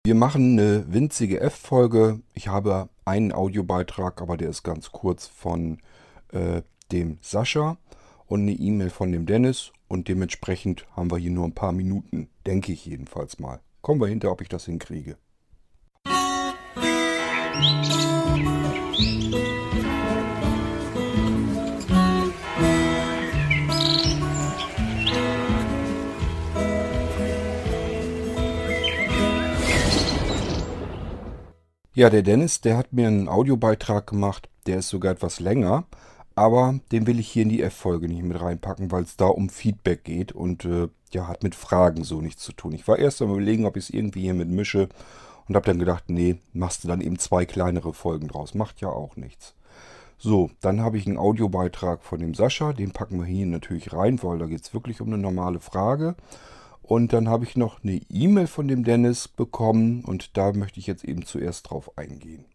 Wir machen eine winzige F-Folge. Ich habe einen Audiobeitrag, aber der ist ganz kurz von dem Sascha und eine E-Mail von dem Dennis. Und dementsprechend haben wir hier nur ein paar Minuten, denke ich jedenfalls mal. Kommen wir hinter, ob ich das hinkriege. Ja, der Dennis, der hat mir einen Audiobeitrag gemacht, der ist sogar etwas länger, aber den will ich hier in die F-Folge nicht mit reinpacken, weil es da um Feedback geht und ja, hat mit Fragen so nichts zu tun. Ich war erst am Überlegen, ob ich es irgendwie hier mit mische und habe dann gedacht, nee, machst du dann eben zwei kleinere Folgen draus. Macht ja auch nichts. So, dann habe ich einen Audiobeitrag von dem Sascha, den packen wir hier natürlich rein, weil da geht es wirklich um eine normale Frage. Und dann habe ich noch eine E-Mail von dem Dennis bekommen und da möchte ich jetzt eben zuerst drauf eingehen.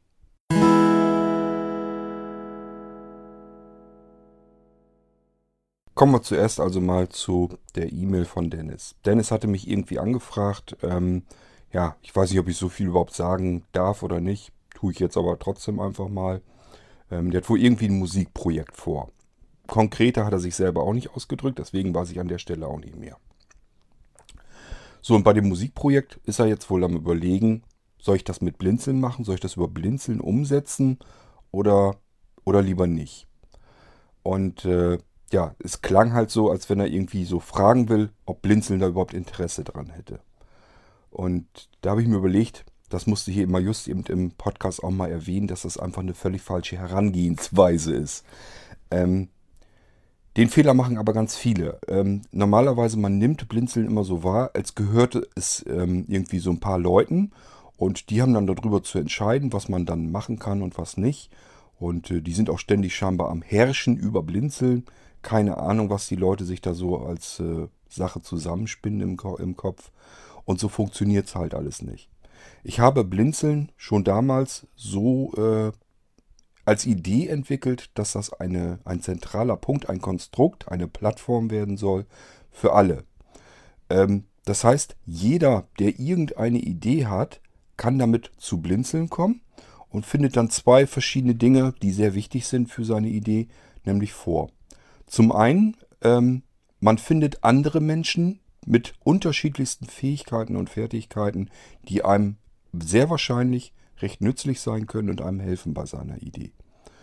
Kommen wir zuerst also mal zu der E-Mail von Dennis. Dennis hatte mich irgendwie angefragt. Ja, ich weiß nicht, ob ich so viel überhaupt sagen darf oder nicht. Tue ich jetzt aber trotzdem einfach mal. Der hat wohl irgendwie ein Musikprojekt vor. Konkreter hat er sich selber auch nicht ausgedrückt, deswegen weiß ich an der Stelle auch nicht mehr. So, und bei dem Musikprojekt ist er jetzt wohl am Überlegen, soll ich das mit Blinzeln machen? Soll ich das über Blinzeln umsetzen oder, oder lieber nicht? Und ja, es klang halt so, als wenn er irgendwie so fragen will, ob Blinzeln da überhaupt Interesse dran hätte. Und da habe ich mir überlegt, das musste hier immer just eben im Podcast auch mal erwähnen, dass das einfach eine völlig falsche Herangehensweise ist. Ähm, Den Fehler machen aber ganz viele. Normalerweise, man nimmt Blinzeln immer so wahr, als gehörte es irgendwie so ein paar Leuten und die haben dann darüber zu entscheiden, was man dann machen kann und was nicht. Und die sind auch ständig scheinbar am Herrschen über Blinzeln. Keine Ahnung, was die Leute sich da so als Sache zusammenspinnen im Kopf. Und so funktioniert es halt alles nicht. Ich habe Blinzeln schon damals so als Idee entwickelt, dass das ein zentraler Punkt, ein Konstrukt, eine Plattform werden soll für alle. Das heißt, jeder, der irgendeine Idee hat, kann damit zu Blinzeln kommen und findet dann zwei verschiedene Dinge, die sehr wichtig sind für seine Idee, nämlich vor. Zum einen, man findet andere Menschen mit unterschiedlichsten Fähigkeiten und Fertigkeiten, die einem sehr wahrscheinlich recht nützlich sein können und einem helfen bei seiner Idee.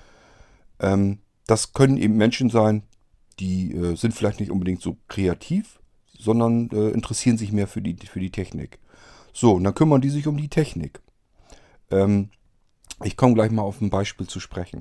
Das können eben Menschen sein, die sind vielleicht nicht unbedingt so kreativ, sondern interessieren sich mehr für die Technik. So, und dann kümmern die sich um die Technik. Ähm, Ich komme gleich mal auf ein Beispiel zu sprechen.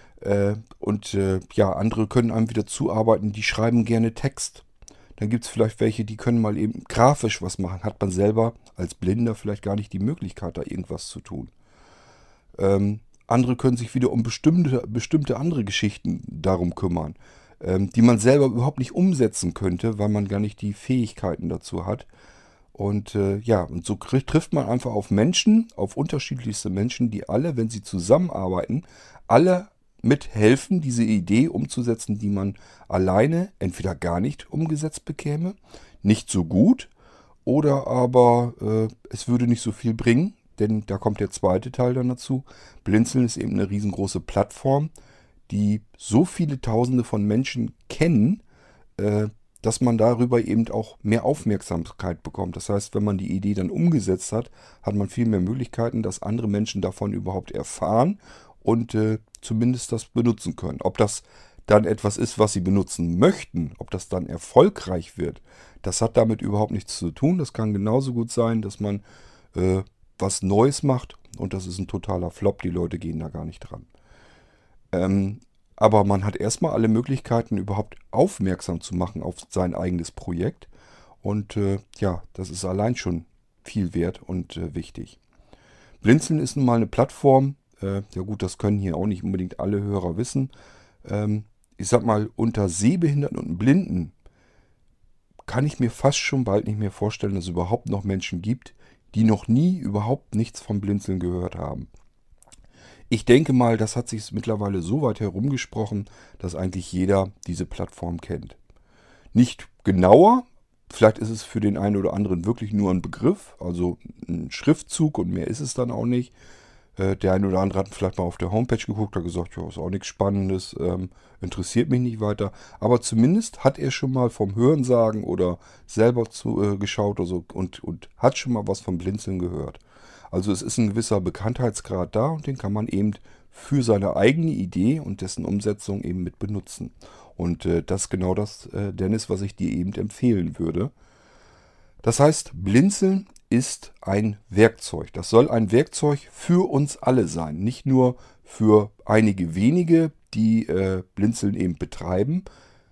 Ja, andere können einem wieder zuarbeiten, die schreiben gerne Text. Dann gibt es vielleicht welche, die können mal eben grafisch was machen. Hat man selber als Blinder vielleicht gar nicht die Möglichkeit, da irgendwas zu tun. Andere können sich wieder um bestimmte andere Geschichten darum kümmern, die man selber überhaupt nicht umsetzen könnte, weil man gar nicht die Fähigkeiten dazu hat. Und ja, und so trifft man einfach auf Menschen, auf unterschiedlichste Menschen, die alle, wenn sie zusammenarbeiten, alle mithelfen, diese Idee umzusetzen, die man alleine entweder gar nicht umgesetzt bekäme, nicht so gut, oder aber es würde nicht so viel bringen, denn da kommt der zweite Teil dann dazu. Blinzeln ist eben eine riesengroße Plattform, die so viele Tausende von Menschen kennen, dass man darüber eben auch mehr Aufmerksamkeit bekommt. Das heißt, wenn man die Idee dann umgesetzt hat, hat man viel mehr Möglichkeiten, dass andere Menschen davon überhaupt erfahren und zumindest das benutzen können. Ob das dann etwas ist, was sie benutzen möchten, ob das dann erfolgreich wird, das hat damit überhaupt nichts zu tun. Das kann genauso gut sein, dass man was Neues macht und das ist ein totaler Flop. Die Leute gehen da gar nicht dran. Aber man hat erstmal alle Möglichkeiten, überhaupt aufmerksam zu machen auf sein eigenes Projekt. Und ja, das ist allein schon viel wert und wichtig. Blinzeln ist nun mal eine Plattform. Ja gut, das können hier auch nicht unbedingt alle Hörer wissen. Ich sag mal, unter Sehbehinderten und Blinden kann ich mir fast schon bald nicht mehr vorstellen, dass es überhaupt noch Menschen gibt, die noch nie überhaupt nichts vom Blinzeln gehört haben. Ich denke mal, das hat sich mittlerweile so weit herumgesprochen, dass eigentlich jeder diese Plattform kennt. Nicht genauer, Vielleicht ist es für den einen oder anderen wirklich nur ein Begriff, also ein Schriftzug und mehr ist es dann auch nicht. Der eine oder andere hat vielleicht mal auf der Homepage geguckt, hat gesagt, ja, ist auch nichts Spannendes, interessiert mich nicht weiter. Aber zumindest hat er schon mal vom Hörensagen oder selber geschaut oder so und hat schon mal was vom Blinzeln gehört. Also es ist ein gewisser Bekanntheitsgrad da und den kann man eben für seine eigene Idee und dessen Umsetzung eben mit benutzen. Und das ist genau das, Dennis, was ich dir eben empfehlen würde. Das heißt, Blinzeln ist ein Werkzeug. Das soll ein Werkzeug für uns alle sein. Nicht nur für einige wenige, die Blinzeln eben betreiben,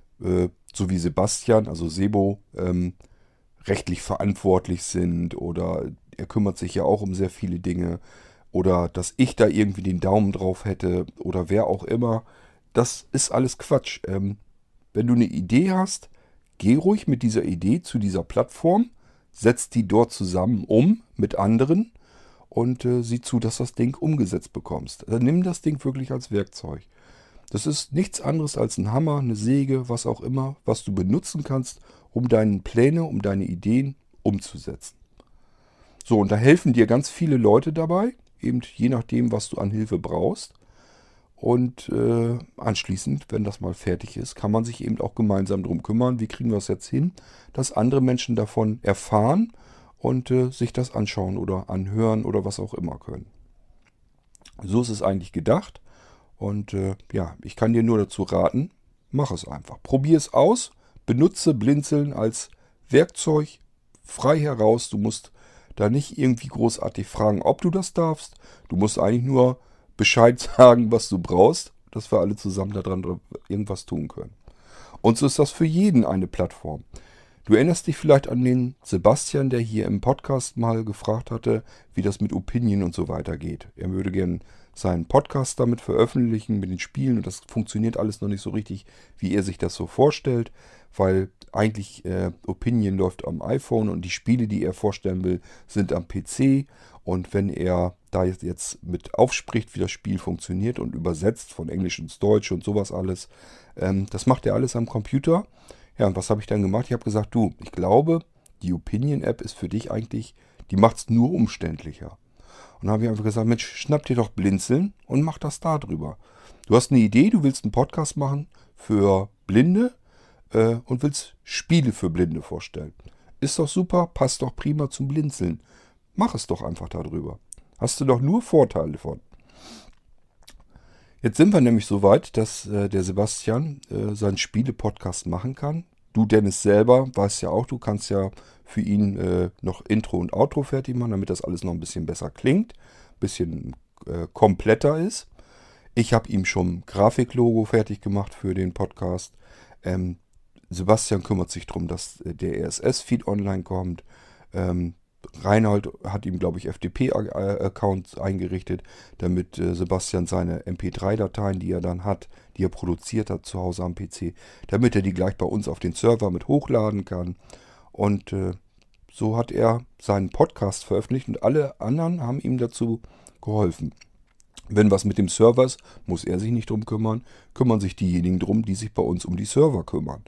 so wie Sebastian, also Sebo, rechtlich verantwortlich sind oder er kümmert sich ja auch um sehr viele Dinge oder dass ich da irgendwie den Daumen drauf hätte oder wer auch immer. Das ist alles Quatsch. Wenn du eine Idee hast, geh ruhig mit dieser Idee zu dieser Plattform, setz die dort zusammen mit anderen und sieh zu, dass das Ding umgesetzt bekommst. Also nimm das Ding wirklich als Werkzeug. Das ist nichts anderes als ein Hammer, eine Säge, was auch immer, was du benutzen kannst, um deine Pläne, um deine Ideen umzusetzen. So, und da helfen dir ganz viele Leute dabei, eben je nachdem, was du an Hilfe brauchst. Und anschließend, wenn das mal fertig ist, kann man sich eben auch gemeinsam drum kümmern. Wie kriegen wir es jetzt hin, dass andere Menschen davon erfahren und sich das anschauen oder anhören oder was auch immer können. So ist es eigentlich gedacht. Und ja, ich kann dir nur dazu raten, mach es einfach. Probier es aus, benutze Blinzeln als Werkzeug frei heraus. Du musst da nicht irgendwie großartig fragen, ob du das darfst. Du musst eigentlich nur Bescheid sagen, was du brauchst, dass wir alle zusammen daran irgendwas tun können. Und so ist das für jeden eine Plattform. Du erinnerst dich vielleicht an den Sebastian, der hier im Podcast mal gefragt hatte, wie das mit Opinion und so weiter geht. Er würde gerne seinen Podcast damit veröffentlichen, mit den Spielen. Und das funktioniert alles noch nicht so richtig, wie er sich das so vorstellt, weil eigentlich Opinion läuft am iPhone und die Spiele, die er vorstellen will, sind am PC. Und wenn er da jetzt mit aufspricht, wie das Spiel funktioniert und übersetzt von Englisch ins Deutsch und sowas alles, das macht er alles am Computer. Ja, und was habe ich dann gemacht? Ich habe gesagt, du, ich glaube, die Opinion-App ist für dich eigentlich, die macht es nur umständlicher. Und dann habe ich einfach gesagt, Mensch, schnapp dir doch Blinzeln und mach das da drüber. Du hast eine Idee, du willst einen Podcast machen für Blinde und willst Spiele für Blinde vorstellen. Ist doch super, passt doch prima zum Blinzeln. Mach es doch einfach da drüber. Hast du doch nur Vorteile von. Jetzt sind wir nämlich so weit, dass der Sebastian seinen Spiele-Podcast machen kann. Du, Dennis, selber weißt ja auch, du kannst ja für ihn noch Intro und Outro fertig machen, damit das alles noch ein bisschen besser klingt, ein bisschen kompletter ist. Ich habe ihm schon Grafiklogo fertig gemacht für den Podcast. Sebastian kümmert sich darum, dass der RSS-Feed online kommt. Reinhold hat ihm, glaube ich, FTP-Accounts eingerichtet, damit Sebastian seine MP3-Dateien, die er dann hat, die er produziert hat zu Hause am PC, damit er die gleich bei uns auf den Server mit hochladen kann. Und so hat er seinen Podcast veröffentlicht und alle anderen haben ihm dazu geholfen. Wenn was mit dem Server ist, muss er sich nicht drum kümmern, kümmern sich diejenigen drum, die sich bei uns um die Server kümmern.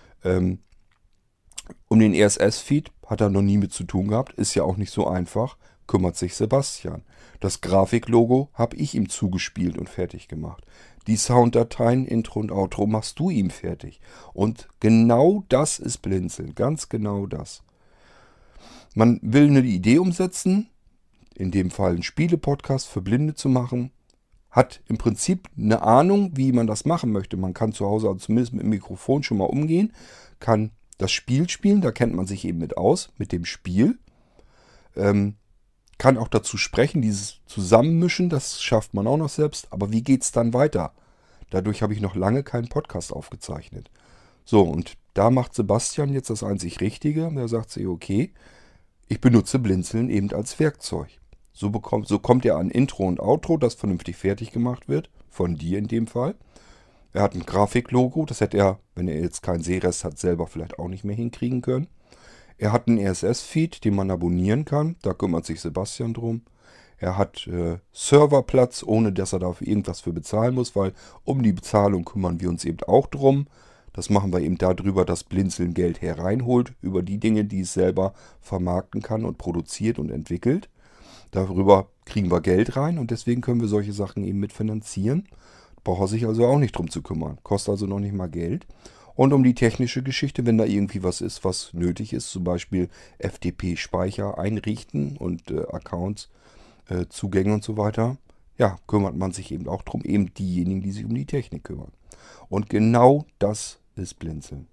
Um den RSS-Feed hat er noch nie mit zu tun gehabt, ist ja auch nicht so einfach, kümmert sich Sebastian. Das Grafiklogo habe ich ihm zugespielt und fertig gemacht. Die Sounddateien, Intro und Outro machst du ihm fertig. Und genau das ist Blinzeln, ganz genau das. Man will eine Idee umsetzen, in dem Fall einen Spiele-Podcast für Blinde zu machen, hat im Prinzip eine Ahnung, wie man das machen möchte. Man kann zu Hause also zumindest mit dem Mikrofon schon mal umgehen, kann das Spiel spielen, da kennt man sich eben mit aus, mit dem Spiel. Kann auch dazu sprechen, dieses Zusammenmischen, das schafft man auch noch selbst. Aber wie geht es dann weiter? Dadurch habe ich noch lange keinen Podcast aufgezeichnet. So, und da macht Sebastian jetzt das einzig Richtige. Er sagt sich, okay, ich benutze Blinzeln eben als Werkzeug. So kommt er an Intro und Outro, das vernünftig fertig gemacht wird, von dir in dem Fall. Er hat ein Grafiklogo, das hätte er, wenn er jetzt keinen Sehrest hat, selber vielleicht auch nicht mehr hinkriegen können. Er hat einen RSS-Feed, den man abonnieren kann, da kümmert sich Sebastian drum. Er hat Serverplatz, ohne dass er dafür irgendwas für bezahlen muss, weil um die Bezahlung kümmern wir uns eben auch drum. Das machen wir eben darüber, dass Blinzeln Geld hereinholt, über die Dinge, die es selber vermarkten kann und produziert und entwickelt. Darüber kriegen wir Geld rein und deswegen können wir solche Sachen eben mitfinanzieren. Braucht er sich also auch nicht drum zu kümmern. Kostet also noch nicht mal Geld. Und um die technische Geschichte, wenn da irgendwie was ist, was nötig ist, zum Beispiel FTP-Speicher einrichten und Accounts, Zugänge und so weiter, ja, kümmert man sich eben auch drum, eben diejenigen, die sich um die Technik kümmern. Und genau das ist Blinzeln.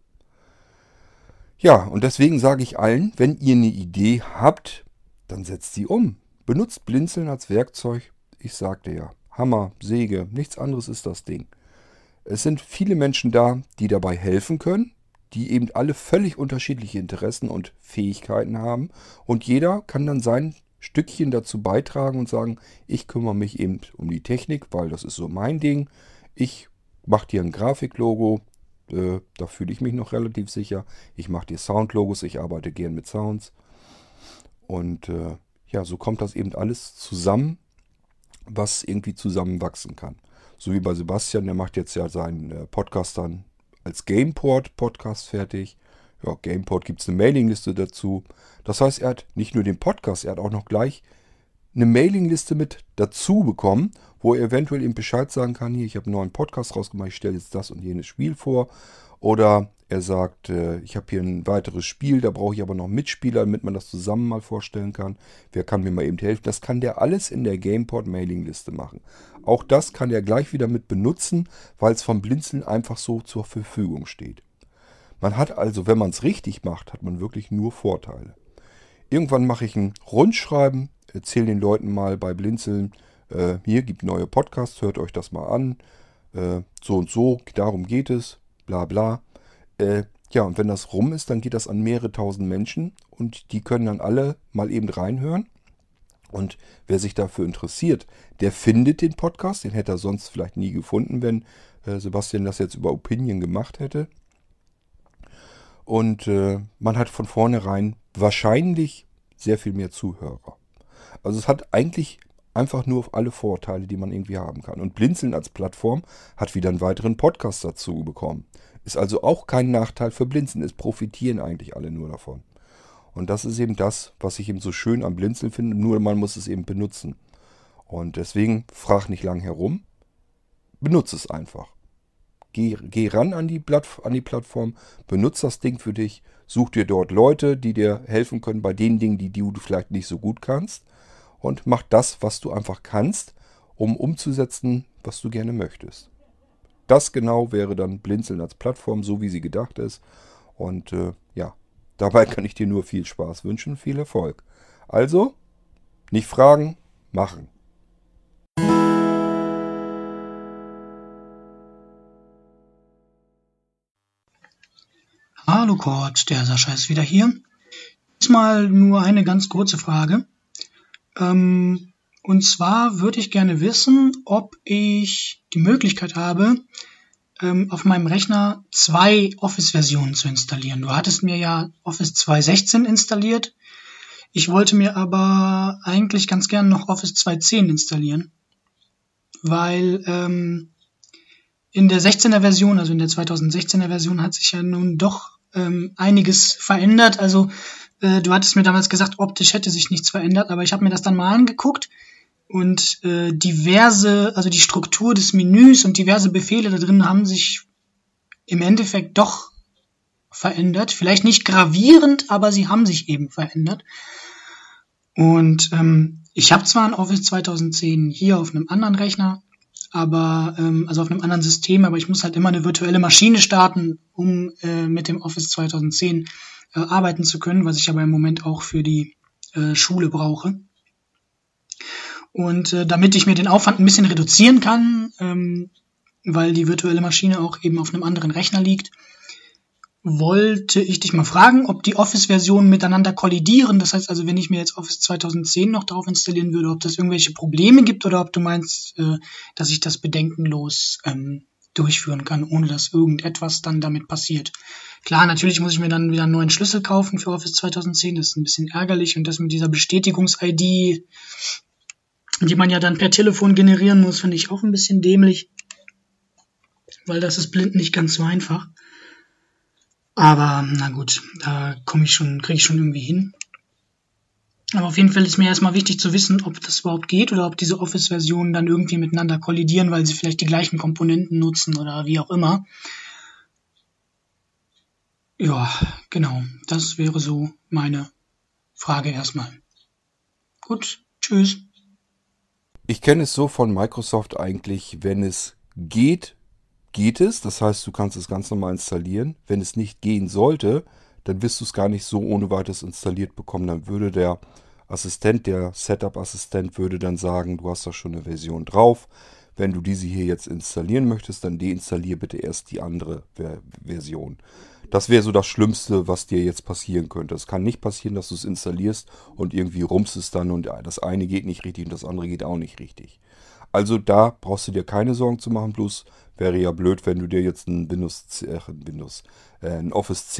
Ja, und deswegen sage ich allen, wenn ihr eine Idee habt, dann setzt sie um. Benutzt Blinzeln als Werkzeug. Ich sagte ja, Hammer, Säge, nichts anderes ist das Ding. Es sind viele Menschen da, die dabei helfen können, die eben alle völlig unterschiedliche Interessen und Fähigkeiten haben. Und jeder kann dann sein Stückchen dazu beitragen und sagen, ich kümmere mich eben um die Technik, weil das ist so mein Ding. Ich mache dir ein Grafiklogo, da fühle ich mich noch relativ sicher. Ich mache dir Soundlogos, ich arbeite gern mit Sounds. Und ja, so kommt das eben alles zusammen, was irgendwie zusammenwachsen kann. So wie bei Sebastian, der macht jetzt ja seinen Podcast dann als Gameport-Podcast fertig. Ja, Gameport gibt es eine Mailingliste dazu. Das heißt, er hat nicht nur den Podcast, er hat auch noch gleich eine Mailingliste mit dazu bekommen, wo er eventuell eben Bescheid sagen kann, hier, ich habe einen neuen Podcast rausgemacht, ich stelle jetzt das und jenes Spiel vor. Oder er sagt, ich habe hier ein weiteres Spiel, da brauche ich aber noch Mitspieler, damit man das zusammen mal vorstellen kann. Wer kann mir mal eben helfen? Das kann der alles in der Gameport-Mailingliste machen. Auch das kann er gleich wieder mit benutzen, weil es vom Blinzeln einfach so zur Verfügung steht. Man hat also, wenn man es richtig macht, hat man wirklich nur Vorteile. Irgendwann mache ich ein Rundschreiben, erzähle den Leuten mal bei Blinzeln, hier gibt neue Podcasts, hört euch das mal an, so und so, darum geht es, bla bla. Ja, und wenn das rum ist, dann geht das an mehrere tausend Menschen und die können dann alle mal eben reinhören. Und wer sich dafür interessiert, der findet den Podcast, den hätte er sonst vielleicht nie gefunden, wenn Sebastian das jetzt über Opinion gemacht hätte. Und man hat von vornherein wahrscheinlich sehr viel mehr Zuhörer. Also es hat eigentlich einfach nur alle Vorteile, die man irgendwie haben kann. Und Blinzeln als Plattform hat wieder einen weiteren Podcast dazu bekommen. Ist also auch kein Nachteil für Blinzeln. Es profitieren eigentlich alle nur davon. Und das ist eben das, was ich eben so schön am Blinzeln finde. Nur man muss es eben benutzen. Und deswegen frag nicht lang herum. Benutze es einfach. Geh ran an die Plattform, benutze das Ding für dich, such dir dort Leute, die dir helfen können bei den Dingen, die du vielleicht nicht so gut kannst und mach das, was du einfach kannst, um umzusetzen, was du gerne möchtest. Das genau wäre dann Blinzeln als Plattform, so wie sie gedacht ist. Und ja, dabei kann ich dir nur viel Spaß wünschen, viel Erfolg. Also, nicht fragen, machen. Hallo Kurt, der Sascha ist wieder hier. Diesmal nur eine ganz kurze Frage. Und zwar würde ich gerne wissen, ob ich die Möglichkeit habe, auf meinem Rechner 2 Office-Versionen zu installieren. Du hattest mir ja Office 2.16 installiert. Ich wollte mir aber eigentlich ganz gerne noch Office 2.10 installieren, weil in der 16er Version, also in der 2016er Version, hat sich ja nun doch einiges verändert. Also du hattest mir damals gesagt, optisch hätte sich nichts verändert, aber ich habe mir das dann mal angeguckt und also die Struktur des Menüs und diverse Befehle da drin haben sich im Endeffekt doch verändert. Vielleicht nicht gravierend, aber sie haben sich eben verändert. Und ich habe zwar ein Office 2010 hier auf einem anderen Rechner, aber also auf einem anderen System, aber ich muss halt immer eine virtuelle Maschine starten, um mit dem Office 2010 arbeiten zu können, was ich aber im Moment auch für die Schule brauche. Und damit ich mir den Aufwand ein bisschen reduzieren kann, weil die virtuelle Maschine auch eben auf einem anderen Rechner liegt, wollte ich dich mal fragen, ob die Office-Versionen miteinander kollidieren. Das heißt also, wenn ich mir jetzt Office 2010 noch drauf installieren würde, ob das irgendwelche Probleme gibt oder ob du meinst, dass ich das bedenkenlos durchführen kann, ohne dass irgendetwas dann damit passiert. Klar, natürlich muss ich mir dann wieder einen neuen Schlüssel kaufen für Office 2010. Das ist ein bisschen ärgerlich und das mit dieser Bestätigungs-ID, die man ja dann per Telefon generieren muss, finde ich auch ein bisschen dämlich. weil das ist blind nicht ganz so einfach. Aber na gut, da kriege ich schon irgendwie hin. Aber auf jeden Fall ist mir erstmal wichtig zu wissen, ob das überhaupt geht oder ob diese Office-Versionen dann irgendwie miteinander kollidieren, weil sie vielleicht die gleichen Komponenten nutzen oder wie auch immer. Ja, genau. Das wäre so meine Frage erstmal. Gut, tschüss. Ich kenne es so von Microsoft eigentlich, wenn es geht, geht es. Das heißt, du kannst es ganz normal installieren. Wenn es nicht gehen sollte, dann wirst du es gar nicht so ohne weiteres installiert bekommen. Dann würde der Assistent, der Setup-Assistent, würde dann sagen, du hast da schon eine Version drauf. Wenn du diese hier jetzt installieren möchtest, dann deinstallier bitte erst die andere Version. Das wäre so das Schlimmste, was dir jetzt passieren könnte. Es kann nicht passieren, dass du es installierst und irgendwie rumst es dann und das eine geht nicht richtig und das andere geht auch nicht richtig. Also da brauchst du dir keine Sorgen zu machen, bloß wäre ja blöd, wenn du dir jetzt ein Office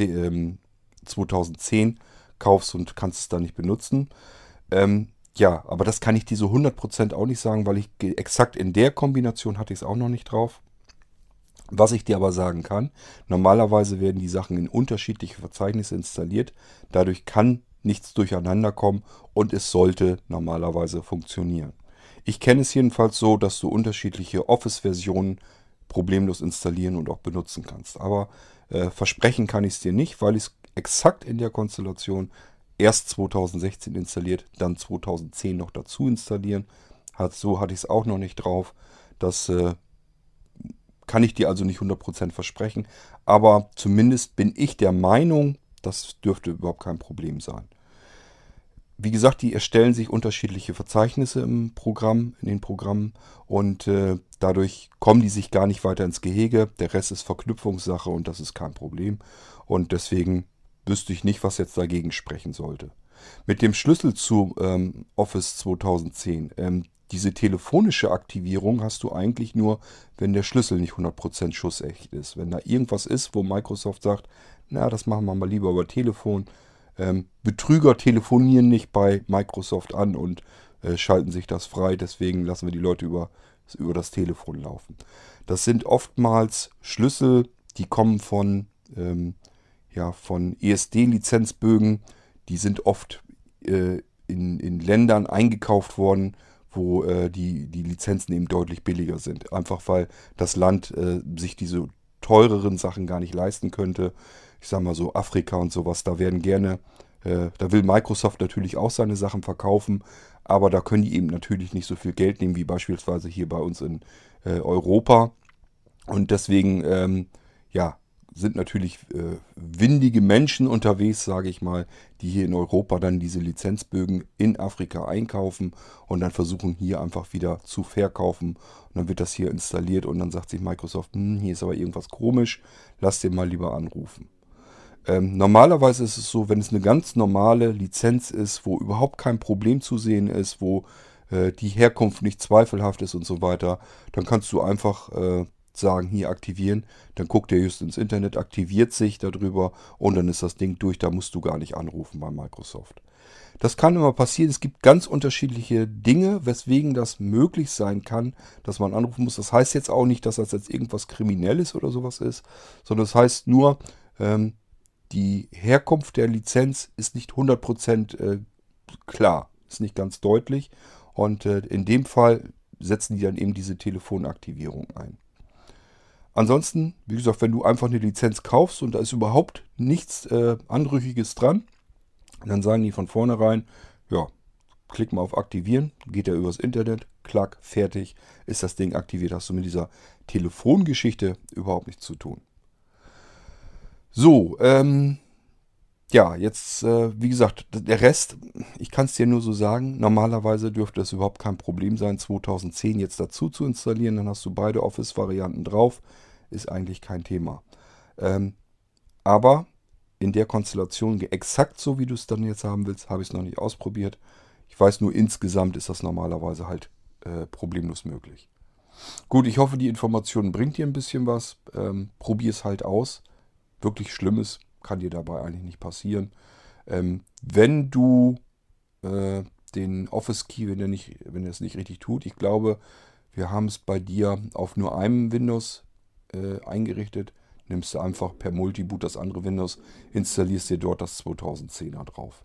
2010 kaufst und kannst es dann nicht benutzen. Ja, aber das kann ich dir so 100% auch nicht sagen, weil exakt in der Kombination hatte ich es auch noch nicht drauf. Was ich dir aber sagen kann, normalerweise werden die Sachen in unterschiedliche Verzeichnisse installiert. Dadurch kann nichts durcheinander kommen und es sollte normalerweise funktionieren. Ich kenne es jedenfalls so, dass du unterschiedliche Office-Versionen problemlos installieren und auch benutzen kannst. Aber versprechen kann ich es dir nicht, weil ich es exakt in der Konstellation erst 2016 installiert, dann 2010 noch dazu installieren. So hatte ich es auch noch nicht drauf. Das kann ich dir also nicht 100% versprechen. Aber zumindest bin ich der Meinung, das dürfte überhaupt kein Problem sein. Wie gesagt, die erstellen sich unterschiedliche Verzeichnisse in den Programmen und dadurch kommen die sich gar nicht weiter ins Gehege. Der Rest ist Verknüpfungssache und das ist kein Problem. Und deswegen wüsste ich nicht, was jetzt dagegen sprechen sollte. Mit dem Schlüssel zu Office 2010, diese telefonische Aktivierung hast du eigentlich nur, wenn der Schlüssel nicht 100% schussecht ist. Wenn da irgendwas ist, wo Microsoft sagt, na, das machen wir mal lieber über Telefon. Betrüger telefonieren nicht bei Microsoft an und schalten sich das frei. Deswegen lassen wir die Leute über das Telefon laufen. Das sind oftmals Schlüssel, die kommen von ESD-Lizenzbögen. Die sind oft in Ländern eingekauft worden, wo die Lizenzen eben deutlich billiger sind. Einfach weil das Land sich diese teureren Sachen gar nicht leisten könnte. Ich sage mal so Afrika und sowas, da will Microsoft natürlich auch seine Sachen verkaufen, aber da können die eben natürlich nicht so viel Geld nehmen wie beispielsweise hier bei uns in Europa. Und deswegen sind natürlich windige Menschen unterwegs, sage ich mal, die hier in Europa dann diese Lizenzbögen in Afrika einkaufen und dann versuchen hier einfach wieder zu verkaufen. Und dann wird das hier installiert und dann sagt sich Microsoft, hier ist aber irgendwas komisch, lass den mal lieber anrufen. Normalerweise ist es so, wenn es eine ganz normale Lizenz ist, wo überhaupt kein Problem zu sehen ist, wo die Herkunft nicht zweifelhaft ist und so weiter, dann kannst du einfach sagen, hier aktivieren, dann guckt er just ins Internet, aktiviert sich darüber und dann ist das Ding durch, da musst du gar nicht anrufen bei Microsoft. Das kann immer passieren, es gibt ganz unterschiedliche Dinge, weswegen das möglich sein kann, dass man anrufen muss. Das heißt jetzt auch nicht, dass das jetzt irgendwas Kriminelles oder sowas ist, sondern das heißt nur, die Herkunft der Lizenz ist nicht 100% klar, ist nicht ganz deutlich und in dem Fall setzen die dann eben diese Telefonaktivierung ein. Ansonsten, wie gesagt, wenn du einfach eine Lizenz kaufst und da ist überhaupt nichts Anrüchiges dran, dann sagen die von vornherein, ja, klick mal auf Aktivieren, geht er übers Internet, klack, fertig, ist das Ding aktiviert. Hast du mit dieser Telefongeschichte überhaupt nichts zu tun. So, jetzt, wie gesagt, der Rest, ich kann es dir nur so sagen, normalerweise dürfte es überhaupt kein Problem sein, 2010 jetzt dazu zu installieren, dann hast du beide Office-Varianten drauf, ist eigentlich kein Thema. Aber in der Konstellation, exakt so wie du es dann jetzt haben willst, habe ich es noch nicht ausprobiert. Ich weiß nur, insgesamt ist das normalerweise halt problemlos möglich. Gut, ich hoffe, die Information bringt dir ein bisschen was. Probier es halt aus. Wirklich Schlimmes kann dir dabei eigentlich nicht passieren. Wenn du den Office Key, wenn er es nicht richtig tut, ich glaube, wir haben es bei dir auf nur einem Windows eingerichtet. Nimmst du einfach per Multiboot das andere Windows, installierst dir dort das 2010er drauf.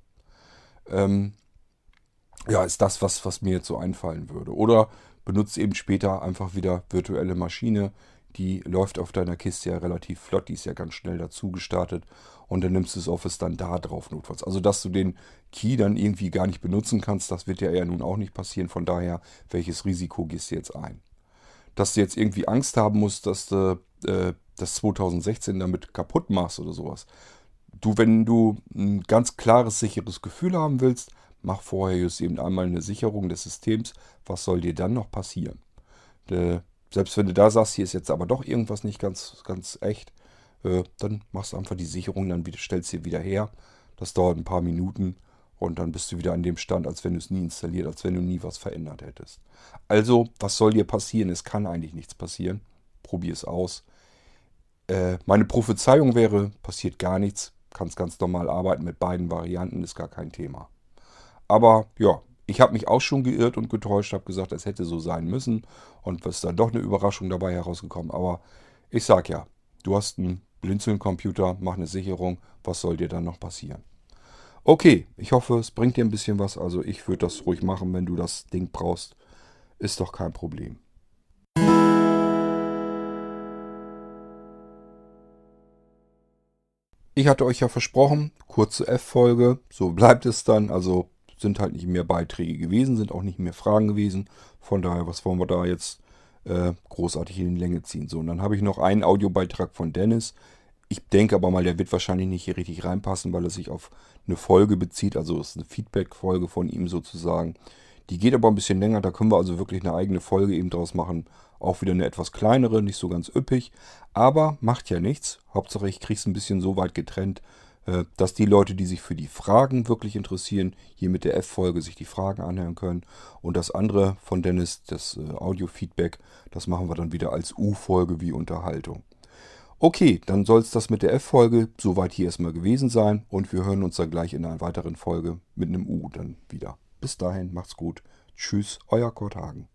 Ja, ist das, was mir jetzt so einfallen würde. Oder benutzt eben später einfach wieder virtuelle Maschine. Die läuft auf deiner Kiste ja relativ flott, die ist ja ganz schnell dazu gestartet. Und dann nimmst du das Office dann da drauf notfalls. Also, dass du den Key dann irgendwie gar nicht benutzen kannst, das wird ja eher nun auch nicht passieren. Von daher, welches Risiko gehst du jetzt ein? Dass du jetzt irgendwie Angst haben musst, dass du das 2016 damit kaputt machst oder sowas. Wenn du ein ganz klares, sicheres Gefühl haben willst, mach vorher just eben einmal eine Sicherung des Systems. Was soll dir dann noch passieren? Selbst wenn du da sagst, hier ist jetzt aber doch irgendwas nicht ganz echt, dann machst du einfach die Sicherung, dann wieder, stellst sie wieder her. Das dauert ein paar Minuten und dann bist du wieder an dem Stand, als wenn du es nie installiert, als wenn du nie was verändert hättest. Also, was soll dir passieren? Es kann eigentlich nichts passieren. Probier es aus. Meine Prophezeiung wäre, passiert gar nichts. Kannst ganz normal arbeiten mit beiden Varianten, ist gar kein Thema. Aber ja, ich habe mich auch schon geirrt und getäuscht, habe gesagt, es hätte so sein müssen. Und es ist dann doch eine Überraschung dabei herausgekommen. Aber ich sag ja, du hast einen Blinzeln-Computer, mach eine Sicherung. Was soll dir dann noch passieren? Okay, ich hoffe, es bringt dir ein bisschen was. Also ich würde das ruhig machen, wenn du das Ding brauchst. Ist doch kein Problem. Ich hatte euch ja versprochen, kurze F-Folge. So bleibt es dann. Also sind halt nicht mehr Beiträge gewesen, sind auch nicht mehr Fragen gewesen. Von daher, was wollen wir da jetzt großartig in die Länge ziehen? So, und dann habe ich noch einen Audiobeitrag von Dennis. Ich denke aber mal, der wird wahrscheinlich nicht hier richtig reinpassen, weil er sich auf eine Folge bezieht. Also es ist eine Feedback-Folge von ihm sozusagen. Die geht aber ein bisschen länger. Da können wir also wirklich eine eigene Folge eben draus machen. Auch wieder eine etwas kleinere, nicht so ganz üppig. Aber macht ja nichts. Hauptsache ich kriege es ein bisschen so weit getrennt, dass die Leute, die sich für die Fragen wirklich interessieren, hier mit der F-Folge sich die Fragen anhören können. Und das andere von Dennis, das Audio-Feedback, das machen wir dann wieder als U-Folge wie Unterhaltung. Okay, dann soll es das mit der F-Folge soweit hier erstmal gewesen sein. Und wir hören uns dann gleich in einer weiteren Folge mit einem U dann wieder. Bis dahin, macht's gut. Tschüss, euer Kurt Hagen.